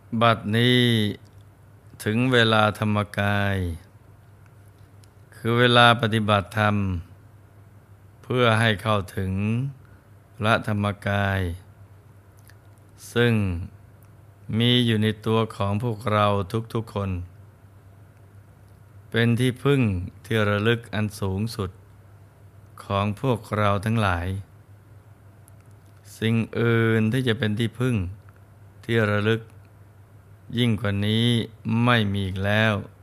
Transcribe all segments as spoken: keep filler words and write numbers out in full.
บัดนี้ถึงเวลาธรรมกาย คือเวลาปฏิบัติธรรม เพื่อให้เข้าถึงพระธรรมกาย ซึ่งมีอยู่ในตัวของพวกเราทุกๆคน เป็นที่พึ่งที่ระลึกอันสูงสุดของพวกเราทั้งหลาย สิ่งอื่นที่จะเป็นที่พึ่งที่ระลึกยิ่งกว่านี้ไม่มีอีกแล้ว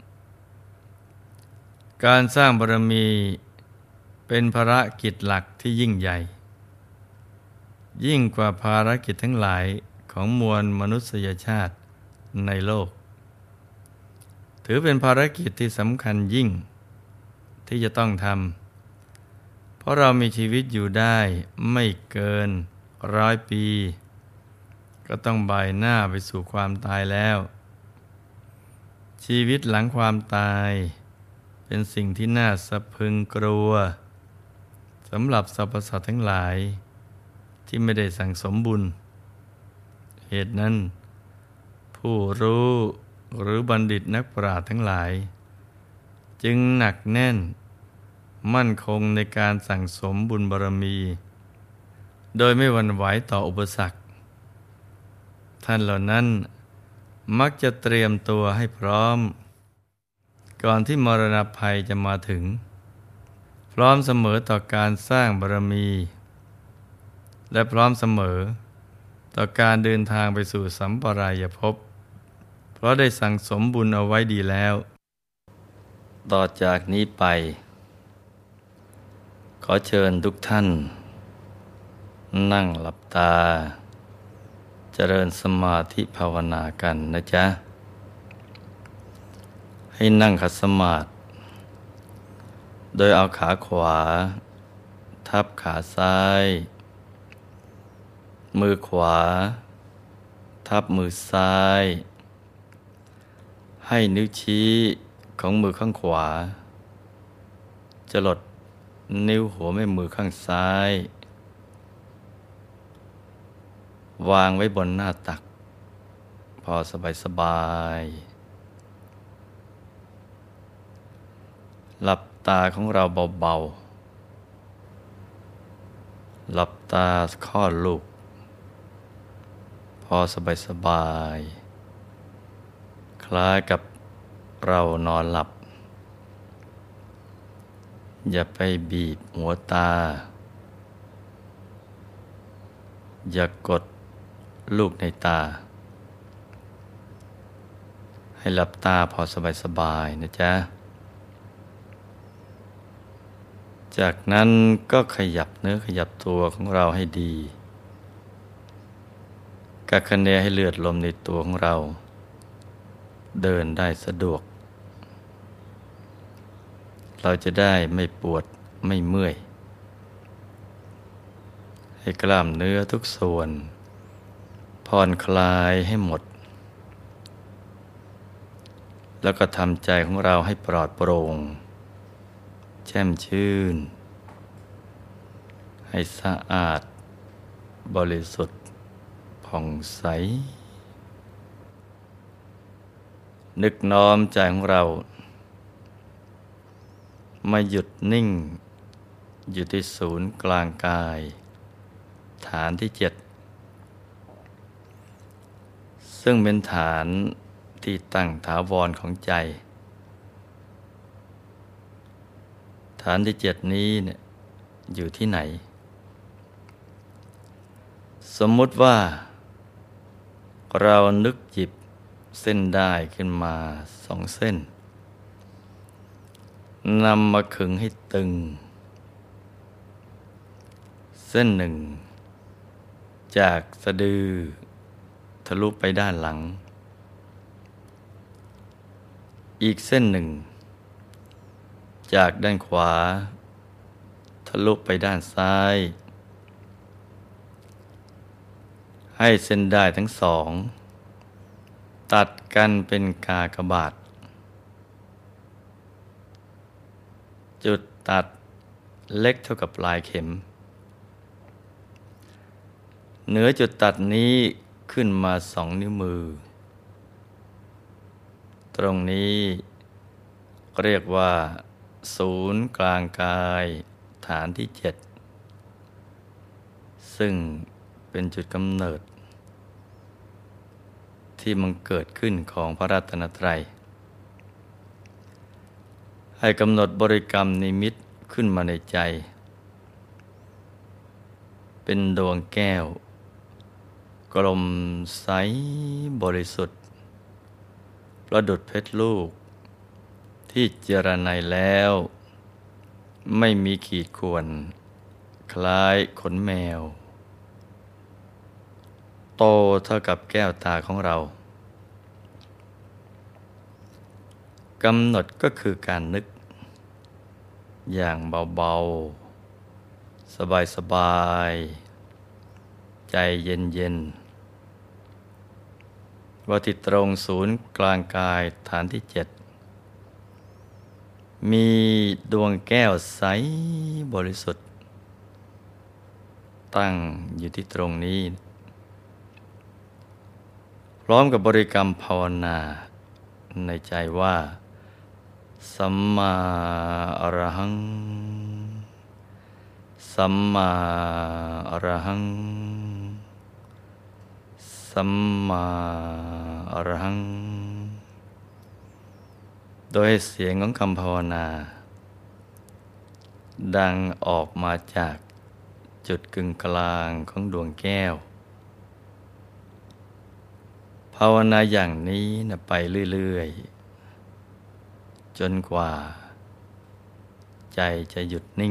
การสร้างบารมีเป็นภารกิจหลักที่ยิ่งใหญ่ ยิ่งกว่าภารกิจทั้งหลายของมวลมนุษยชาติในโลก ถือเป็นภารกิจที่สำคัญยิ่งที่จะต้องทำเพราะเรามีชีวิตอยู่ได้ไม่เกินร้อยปี ก็ต้องบ่ายหน้าไปสู่ความตายแล้ว ชีวิตหลังความตายเป็นสิ่งที่น่าสะพรึงกลัวสำหรับสรรพสัตว์ทั้งหลายที่ไม่ได้สั่งสมบุญ เหตุนั้นผู้รู้หรือบัณฑิตนักปราชญ์ทั้งหลาย จึงหนักแน่นมั่นคงในการสั่งสมบุญบารมี โดยไม่หวั่นไหวต่ออุปสรรค ท่านเหล่านั้นมักจะเตรียมตัวให้พร้อมก่อนที่มรณภัยจะมาถึง พร้อมเสมอต่อการสร้างบารมี และพร้อมเสมอต่อการเดินทางไปสู่สัมปรายภพ เพราะได้สั่งสมบุญเอาไว้ดีแล้ว ต่อจากนี้ไป ขอเชิญทุกท่านนั่งหลับตาเจริญสมาธิภาวนากันนะจ๊ะ ให้นั่งขัดสมาธิโดยเอาขาขวาทับขาซ้าย มือขวาทับมือซ้าย ให้นิ้วชี้ของมือข้างขวาจรดนิ้วหัวแม่มือข้างซ้าย วางไว้บนหน้าตักพอสบายสบายหลับตาของเราเบาๆหลับตาคลอดลูกพอสบายสบายคล้ายกับเรานอนหลับอย่าไปบีบหัวตาอย่ากดลูกในตาให้หลับตาพอสบายๆนะจ๊ะจากนั้นก็ขยับเนื้อขยับตัวของเราให้ดีกักคะเนให้เลือดลมในตัวของเราเดินได้สะดวกเราจะได้ไม่ปวดไม่เมื่อยให้กล้ามเนื้อทุกส่วนผ่อนคลายให้หมดแล้วก็ทำใจของเราให้ปลอดโปร่งแช่มชื่นให้สะอาดบริสุทธิ์ผ่องใสนึกน้อมใจของเรามาหยุดนิ่งอยู่ที่ศูนย์กลางกายฐานที่เจ็ดซึ่งเป็นฐานที่ตั้งถาวรของใจฐานที่เจ็ดนี้เนี่ยอยู่ที่ไหนสมมุติว่าเรานึกหยิบเส้นด้ายขึ้นมาสองเส้นนำมาขึงให้ตึงเส้นหนึ่งจากสะดือทะลุไปด้านหลังอีกเส้นหนึ่งจากด้านขวาทะลุไปด้านซ้ายให้เส้นด้ายทั้งสองตัดกันเป็นกากบาทจุดตัดเล็กเท่ากับปลายเข็มเหนือจุดตัดนี้ขึ้นมาสองนิ้วมือตรงนี้เรียกว่าศูนย์กลางกายฐานที่เจ็ดซึ่งเป็นจุดกำเนิดที่มันเกิดขึ้นของพระรัตนตรัยให้กำหนดบริกรรมนิมิตขึ้นมาในใจเป็นดวงแก้วกลมใสบริสุทธิ์ประดุจเพชรลูกที่เจรไนแล้วไม่มีขีดข่วนคล้ายขนแมวโตเท่ากับแก้วตาของเรากำหนดก็คือการนึกอย่างเบาๆสบายๆใจเย็นๆว่าที่ตรงศูนย์กลางกายฐานที่เจ็ดมีดวงแก้วใสบริสุทธิ์ตั้งอยู่ที่ตรงนี้พร้อมกับบริกรรมภาวนาในใจว่าสัมมาอรหังสัมมาอรหังสัมมาอรหังโดยเสียงของคำภาวนาดังออกมาจากจุดกึ่งกลางของดวงแก้วภาวนาอย่างนี้นะไปเรื่อยๆจนกว่าใจจะหยุดนิ่ง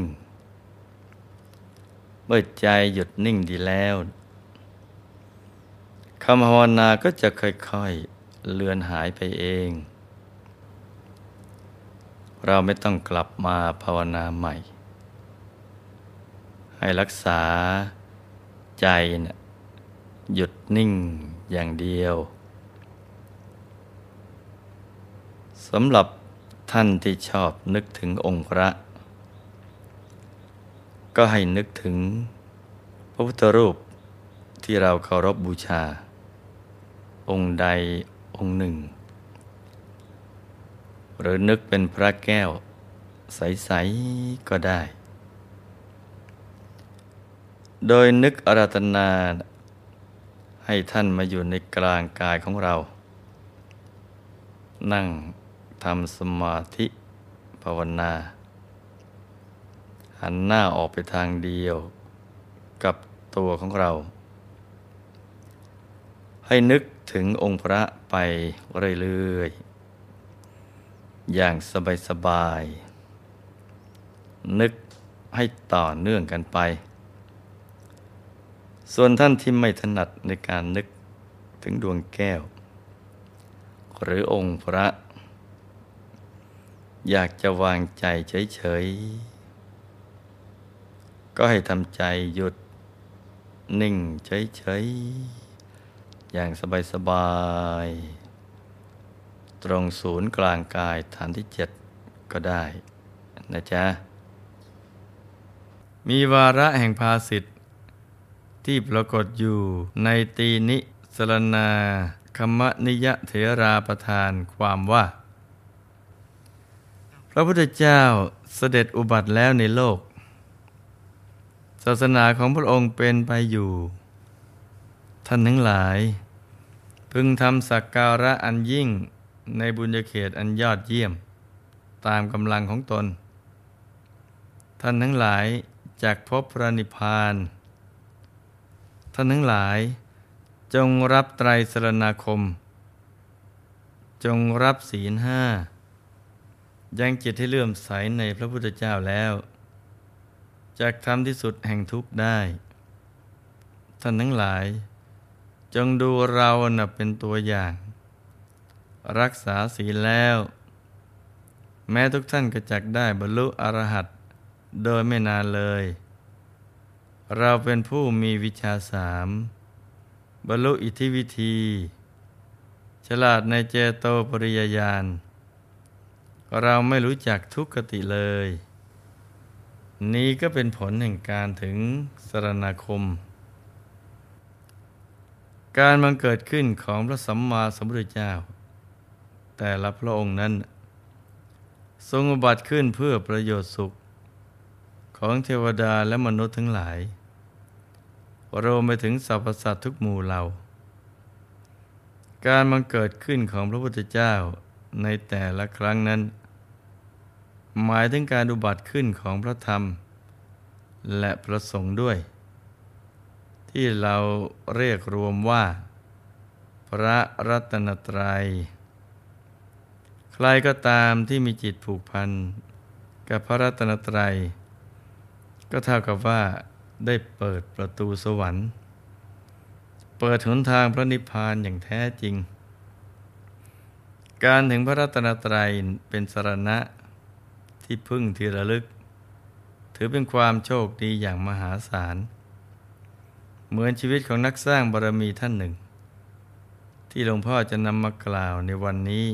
เมื่อใจหยุดนิ่งดีแล้วคำภาวนาก็จะค่อยๆเลือนหายไปเองเราไม่ต้องกลับมาภาวนาใหม่ให้รักษาใจนะหยุดนิ่งอย่างเดียวสำหรับท่านที่ชอบนึกถึงองค์พระก็ให้นึกถึงพระพุทธรูปที่เราเคารพบูชาองค์ใดองค์หนึ่งหรือนึกเป็นพระแก้วใสๆก็ได้โดยนึกอาราธนาให้ท่านมาอยู่ในกลางกายของเรานั่งทำสมาธิภาวนาหันหน้าออกไปทางเดียวกับตัวของเราให้นึกถึงองค์พระไปเรื่อยๆอย่างสบายๆนึกให้ต่อเนื่องกันไปส่วนท่านที่ไม่ถนัดในการนึกถึงดวงแก้วหรือองค์พระอยากจะวางใจเฉยๆก็ให้ทำใจหยุดนิ่งเฉยๆอย่างสบายๆตรงศูนย์กลางกายฐานที่เจ็ดก็ได้นะจ๊ะมีวาระแห่งภาสิทธิ์ที่ปรากฏอยู่ในตีนิสรณาคัมมนิยเถราประทานความว่าพระพุทธเจ้าเสด็จอุบัติแล้วในโลกศาสนาของพระองค์เป็นไปอยู่ท่านทั้งหลายพึงทำสักการะอันยิ่งในบุญญาเขตอันยอดเยี่ยมตามกำลังของตนท่านทั้งหลายจักพบพระนิพพานท่านทั้งหลายจงรับไตรสรณคมจงรับศีลห้ายังจิตให้เลื่อมใสในพระพุทธเจ้าแล้วจักทำที่สุดแห่งทุกข์ได้ท่านทั้งหลายจงดูเราน่ะเป็นตัวอย่างรักษาศีลแล้วแม้ทุกท่านก็จักได้บรรลุอรหัตโดยไม่นานเลยเราเป็นผู้มีวิชาสามบรรลุอิทธิวิธีฉลาดในเจโตปริยญาณเราไม่รู้จักทุกขติเลยนี้ก็เป็นผลแห่งการถึงสรณคมการบังเกิดขึ้นของพระสัมมาสัมพุทธเจ้าแต่ละพระองค์นั้นทรงอุบัติขึ้นเพื่อประโยชน์สุขของเทวดาและมนุษย์ทั้งหลายรวมไปถึงสรรพสัตว์ทุกหมู่เหล่าการบังเกิดขึ้นของพระพุทธเจ้าในแต่ละครั้งนั้นหมายถึงการอุบัติขึ้นของพระธรรมและพระสงฆ์ด้วยที่เราเรียกรวมว่าพระรัตนตรัยใครก็ตามที่มีจิตผูกพันกับพระรัตนตรัยก็เท่ากับว่าได้เปิดประตูสวรรค์เปิดหนทางพระนิพพานอย่างแท้จริงการถึงพระรัตนตรัยเป็นสรณะที่พึ่งที่ระลึกถือเป็นความโชคดีอย่างมหาศาลเหมือนชีวิตของนักสร้างบารมีท่านหนึ่งที่หลวงพ่อจะนำมากล่าวในวันนี้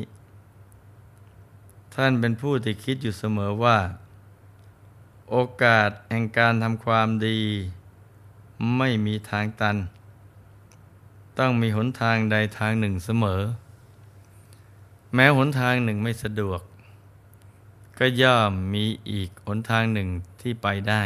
ท่านเป็นผู้ที่คิดอยู่เสมอว่าโอกาสแห่งการทำความดีไม่มีทางตันต้องมีหนทางใดทางหนึ่งเสมอแม้หนทางหนึ่งไม่สะดวกก็ย่อมมีอีกหนทางหนึ่งที่ไปได้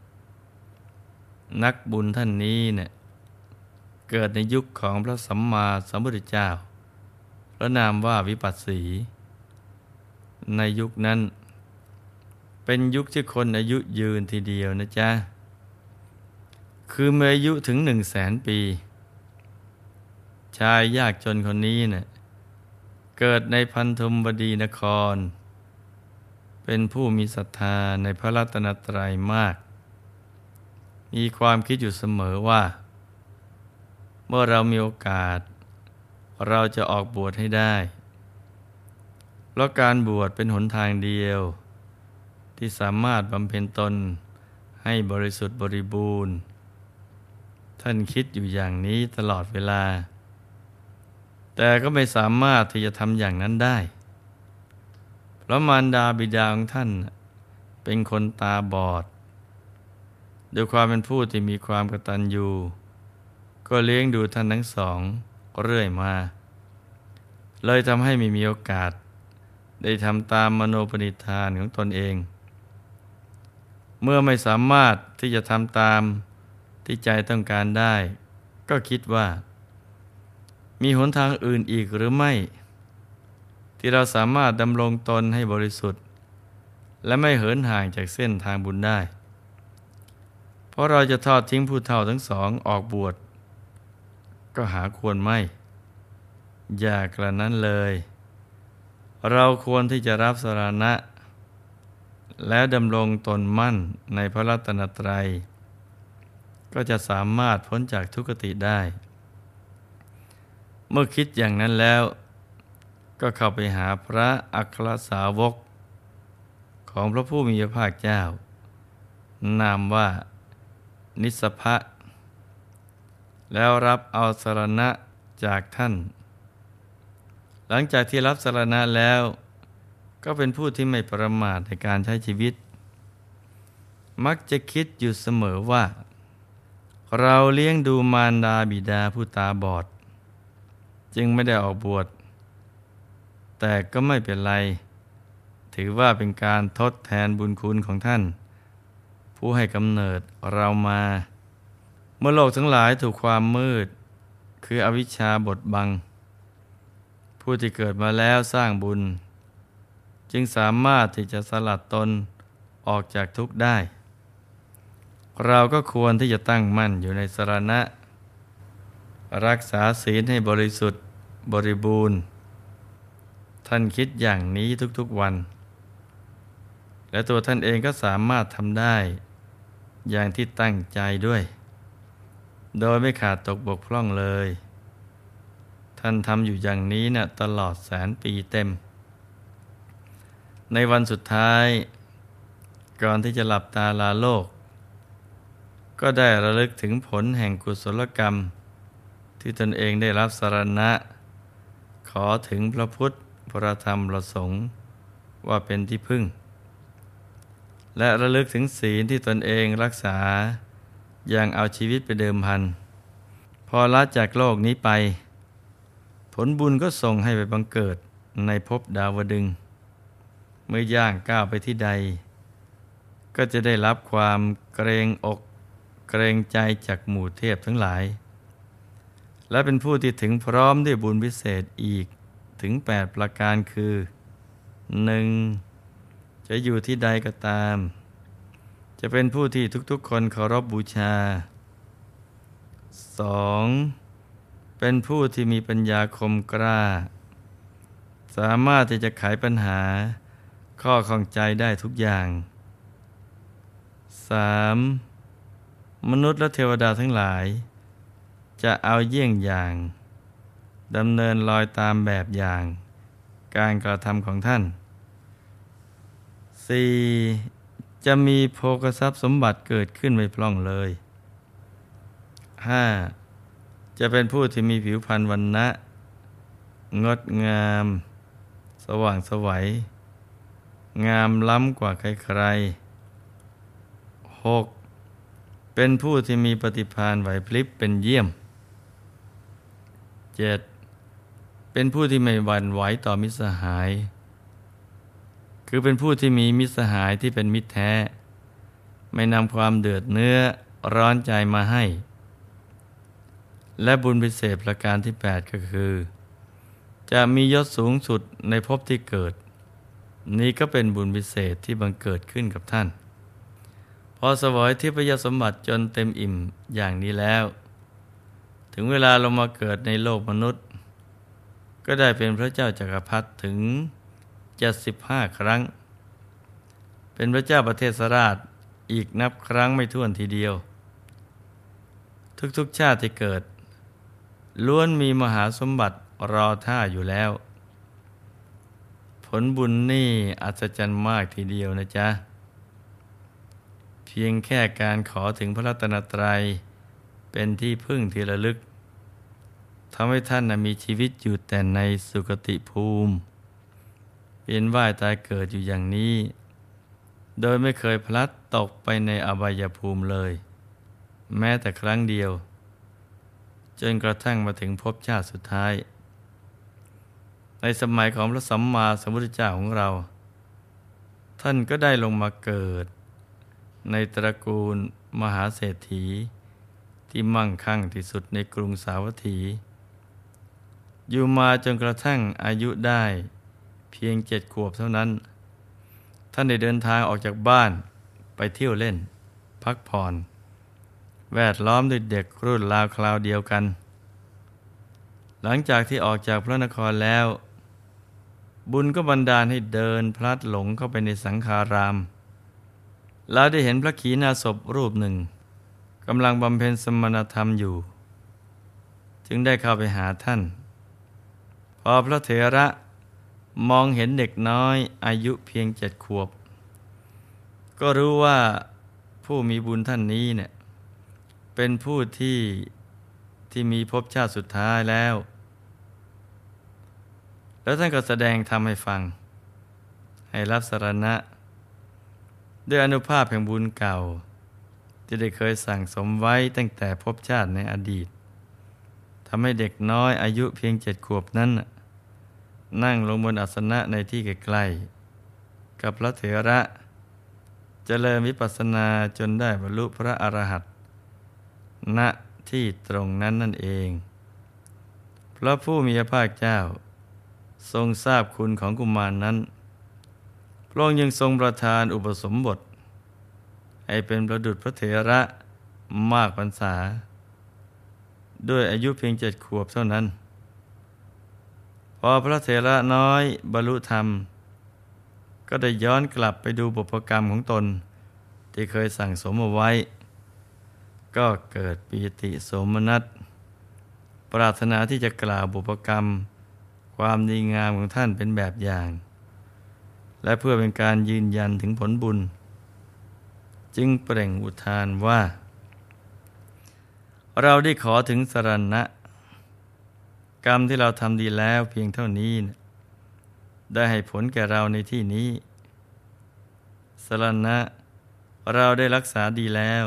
นักบุญท่านนี้เนี่ยเกิดในยุคของพระสัมมาสัมพุทธเจ้าพระนามว่าวิปัสสีในยุคนั้นเป็นยุคที่คนอายุยืนทีเดียวนะจ๊ะคือเมื่ออายุถึงหนึ่งแสนปีชายยากจนคนนี้เนะ่ยเกิดในพันธุมบดีนครเป็นผู้มีศรัทธาในพระรัตนตรัยมากมีความคิดอยู่เสมอว่าเมื่อเรามีโอกาสเราจะออกบวชให้ได้เพราะการบวชเป็นหนทางเดียวที่สามารถบำเพ็ญตนให้บริสุทธิ์บริบูรณ์ท่านคิดอยู่อย่างนี้ตลอดเวลาแต่ก็ไม่สามารถที่จะทำอย่างนั้นได้เพราะมารดาบิดาของท่านเป็นคนตาบอดด้วยความเป็นผู้ที่มีความกตัญญูก็เลี้ยงดูท่านทั้งสองเรื่อยมาเลยทำให้ไม่มีโอกาสได้ทำตามมโนปณิธานของตนเองเมื่อไม่สามารถที่จะทำตามที่ใจต้องการได้ก็คิดว่ามีหนทางอื่นอีกหรือไม่ที่เราสามารถดำรงตนให้บริสุทธิ์และไม่เหินห่างจากเส้นทางบุญได้เพราะเราจะทอดทิ้งผู้เฒ่าทั้งสองออกบวชก็หาควรไม่อย่ากระนั้นเลยเราควรที่จะรับสรณะและดำรงตนมั่นในพระรัตนตรัยก็จะสามารถพ้นจากทุกขติได้เมื่อคิดอย่างนั้นแล้วก็เข้าไปหาพระอัครสาวกของพระผู้มีพระภาคเจ้านามว่านิสสภะแล้วรับเอาสรณะจากท่านหลังจากที่รับสรณะแล้วก็เป็นผู้ที่ไม่ประมาทในการใช้ชีวิตมักจะคิดอยู่เสมอว่าเราเลี้ยงดูมารดาบิดาผู้ตาบอดจึงไม่ได้ออกบวชแต่ก็ไม่เป็นไรถือว่าเป็นการทดแทนบุญคุณของท่านผู้ให้กำเนิดเรามาเมื่อโลกทั้งหลายถูกความมืดคืออวิชชาบดบังผู้ที่เกิดมาแล้วสร้างบุญจึงสามารถที่จะสลัดตนออกจากทุกข์ได้เราก็ควรที่จะตั้งมั่นอยู่ในสรณะรักษาศีลให้บริสุทธิ์บริบูรณ์ท่านคิดอย่างนี้ทุกๆวันและตัวท่านเองก็สามารถทำได้อย่างที่ตั้งใจด้วยโดยไม่ขาดตกบกพร่องเลยท่านทำอยู่อย่างนี้นะ่ะตลอดแสนปีเต็มในวันสุดท้ายก่อนที่จะหลับตาลาโลกก็ได้ระลึกถึงผลแห่งกุศลกรรมที่ตนเองได้รับสรณะขอถึงพระพุทธพระธรรมพระสงฆ์ว่าเป็นที่พึ่งและระลึกถึงศีลที่ตนเองรักษาอย่างเอาชีวิตไปเดิมพันพอละจากโลกนี้ไปผลบุญก็ส่งให้ไปบังเกิดในภพดาวดึงส์เมื่อย่างก้าวไปที่ใดก็จะได้รับความเกรงอกเกรงใจจากหมู่เทพทั้งหลายและเป็นผู้ที่ถึงพร้อมด้วยบุญพิเศษอีกถึงแปดประการคือ หนึ่ง. จะอยู่ที่ใดก็ตามจะเป็นผู้ที่ทุกๆคนเคารพบูชา สอง. เป็นผู้ที่มีปัญญาคมกล้าสามารถที่จะไขปัญหาข้อข้องใจได้ทุกอย่าง สาม. มนุษย์และเทวดาทั้งหลายจะเอาเยี่ยงอย่างดำเนินรอยตามแบบอย่างการกระทำของท่าน สี่. จะมีโภคทรัพย์สมบัติเกิดขึ้นไม่พร่องเลย ห้า. จะเป็นผู้ที่มีผิวพรรณวรรณะงดงามสว่างไสวงามล้ำกว่าใครๆ หก. เป็นผู้ที่มีปฏิภาณไหวพริบเป็นเยี่ยม เจ็ด. เป็นผู้ที่ไม่หวั่นไหวต่อมิตรสหายคือเป็นผู้ที่มีมิตรสหายที่เป็นมิตรแท้ไม่นำความเดือดเนื้อร้อนใจมาให้และบุญพิเศษประการที่แปดก็คือจะมียศสูงสุดในภพที่เกิดนี้ก็เป็นบุญพิเศษที่บังเกิดขึ้นกับท่านพอเสวยทิพยสมบัติจนเต็มอิ่มอย่างนี้แล้วถึงเวลาลงมาเกิดในโลกมนุษย์ก็ได้เป็นพระเจ้าจักรพรรดิถึงเจ็ดสิบห้าครั้งเป็นพระเจ้าประเทศราชอีกนับครั้งไม่ถ้วนทีเดียวทุกๆชาติที่เกิดล้วนมีมหาสมบัติรอท่าอยู่แล้วผลบุญนี่อัศจรรย์มากทีเดียวนะจ๊ะเพียงแค่การขอถึงพระรัตนตรัยเป็นที่พึ่งที่ระลึกทำให้ท่านมีชีวิตอยู่แต่ในสุคติภูมิเวียนว่ายตายเกิดอยู่อย่างนี้โดยไม่เคยพลัดตกไปในอบายภูมิเลยแม้แต่ครั้งเดียวจนกระทั่งมาถึงภพชาติสุดท้ายในสมัยของพระสัมมาสัมพุทธเจ้าของเราท่านก็ได้ลงมาเกิดในตระกูลมหาเศรษฐีที่มั่งคั่งที่สุดในกรุงสาวัตถีอยู่มาจนกระทั่งอายุได้เพียงเจ็ดขวบเท่านั้นท่านได้เดินทางออกจากบ้านไปเที่ยวเล่นพักผ่อนแวดล้อมด้วยเด็กรุ่นราวคราวเดียวกันหลังจากที่ออกจากพระนครแล้วบุญก็บันดาลให้เดินพลัดหลงเข้าไปในสังฆารามแล้วได้เห็นพระขีณาสพรูปหนึ่งกำลังบำเพ็ญสมณธรรมอยู่จึงได้เข้าไปหาท่านพอพระเถระมองเห็นเด็กน้อยอายุเพียงเจ็ดขวบก็รู้ว่าผู้มีบุญท่านนี้เนี่ยเป็นผู้ที่ที่มีภพชาติสุดท้ายแล้วแล้วท่านก็แสดงธรรมให้ฟังให้รับสรณะด้วยอานุภาพแห่งบุญเก่าที่ได้เคยสั่งสมไว้ตั้งแต่ภพชาติในอดีตทำให้เด็กน้อยอายุเพียงเจ็ดขวบนั้นนั่งลงบนอาสนะในที่ใกล้ๆกับพระเถระเจริญวิปัสสนาจนได้บรรลุพระอรหันต์ณที่ตรงนั้นนั่นเองพระผู้มีพระภาคเจ้าทรงทราบคุณของกุมารนั้นพระองค์ยังทรงประทานอุปสมบทให้เป็นประดุจพระเถระมากพรรษาด้วยอายุเพียงเจ็ดขวบเท่านั้นพอพระเถระน้อยบรรลุธรรมก็ได้ย้อนกลับไปดูบุพกรรมของตนที่เคยสั่งสมเอาไว้ก็เกิดปีติโสมนัสปรารถนาที่จะกล่าวบุพกรรมความดีงามของท่านเป็นแบบอย่างและเพื่อเป็นการยืนยันถึงผลบุญจึงเปล่งอุทานว่าเราได้ขอถึงสรณะกรรมที่เราทำดีแล้วเพียงเท่านี้นะได้ให้ผลแก่เราในที่นี้สรณะเราได้รักษาดีแล้ว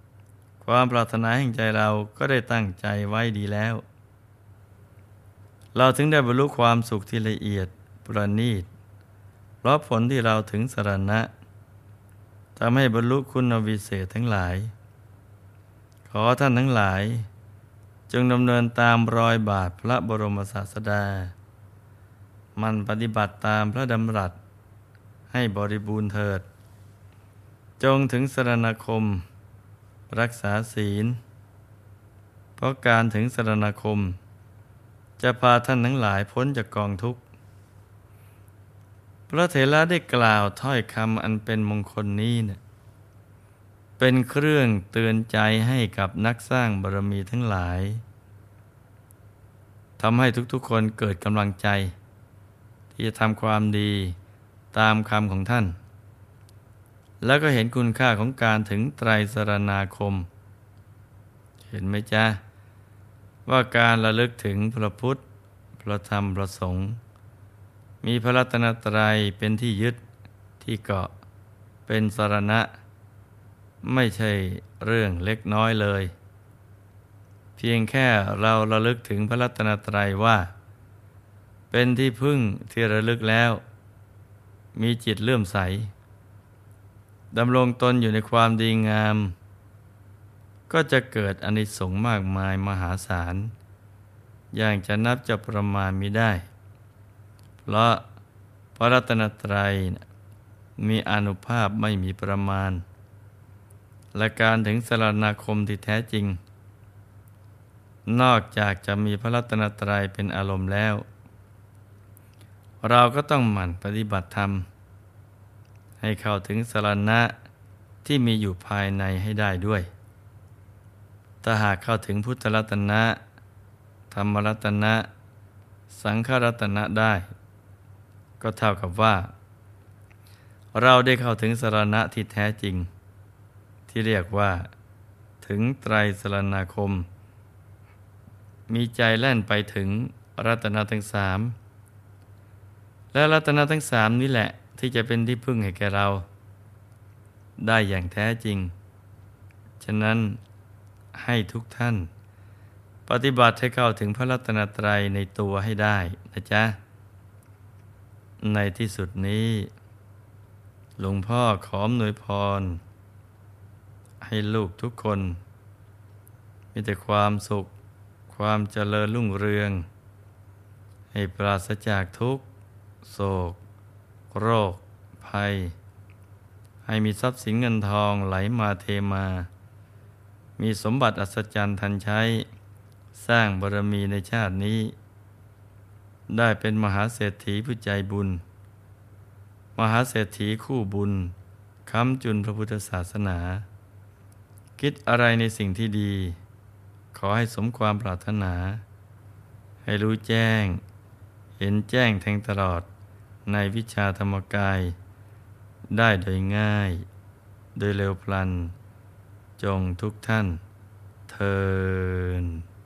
ความปรารถนาแห่งใจเราก็ได้ตั้งใจไว้ดีแล้วเราถึงได้บรรลุความสุขที่ละเอียดประณีตเพราะผลที่เราถึงสรณะทำให้บรรลุคุณวิเศษทั้งหลายขอท่านทั้งหลายจงดำเนินตามรอยบาทพระบรมศาสดามันปฏิบัติตามพระดำรัสให้บริบูรณ์เถิดจงถึงสรณคมรักษาศีลเพราะการถึงสรณคมจะพาท่านทั้งหลายพ้นจากกองทุกข์พระเถระได้กล่าวถ้อยคำอันเป็นมงคลนี้เนี่ยเป็นเครื่องเตือนใจให้กับนักสร้างบารมีทั้งหลายทำให้ทุกๆคนเกิดกำลังใจที่จะทำความดีตามคำของท่านแล้วก็เห็นคุณค่าของการถึงไตรสรณาคมเห็นไหมจ๊ะว่าการระลึกถึงพระพุทธพระธรรมพระสงฆ์มีพระรัตนตรัยเป็นที่ยึดที่เกาะเป็นสรณะไม่ใช่เรื่องเล็กน้อยเลยเพียงแค่เราระลึกถึงพระรัตนตรัยว่าเป็นที่พึ่งที่ระลึกแล้วมีจิตเลื่อมใสดำรงตนอยู่ในความดีงามก็จะเกิดอานิสงส์มากมายมหาศาลอย่างจะนับจะประมาณมิได้เพราะพระรัตนตรัยมีอานุภาพไม่มีประมาณและการถึงสรณคมที่แท้จริงนอกจากจะมีพระรัตนตรัยเป็นอารมณ์แล้วเราก็ต้องหมั่นปฏิบัติธรรมให้เข้าถึงสรณะที่มีอยู่ภายในให้ได้ด้วยถ้าหากเข้าถึงพุทธรัตนะธรรมรัตนะสังฆรัตนะได้ก็เท่ากับว่าเราได้เข้าถึงสรณะที่แท้จริงที่เรียกว่าถึงไตรสรณคมมีใจแล่นไปถึงรัตนะทั้งสามและรัตนะทั้งสามนี้แหละที่จะเป็นที่พึ่งให้แก่เราได้อย่างแท้จริงฉะนั้นให้ทุกท่านปฏิบัติให้เข้าถึงพระรัตนตรัยในตัวให้ได้นะจ๊ะในที่สุดนี้หลวงพ่อขออำนวยพรให้ลูกทุกคนมีแต่ความสุขความเจริญรุ่งเรืองให้ปราศจากทุกข์โศกโรคภัยให้มีทรัพย์สินเงินทองไหลมาเทมามีสมบัติอัศจรรย์ทันใช้สร้างบารมีในชาตินี้ได้เป็นมหาเศรษฐีผู้ใจบุญมหาเศรษฐีคู่บุญค้ำจุนพระพุทธศาสนาคิดอะไรในสิ่งที่ดีขอให้สมความปรารถนาให้รู้แจ้งเห็นแจ้งแทงตลอดในวิชาธรรมกายได้โดยง่ายโดยเร็วพลันจงทุกท่านเทอญ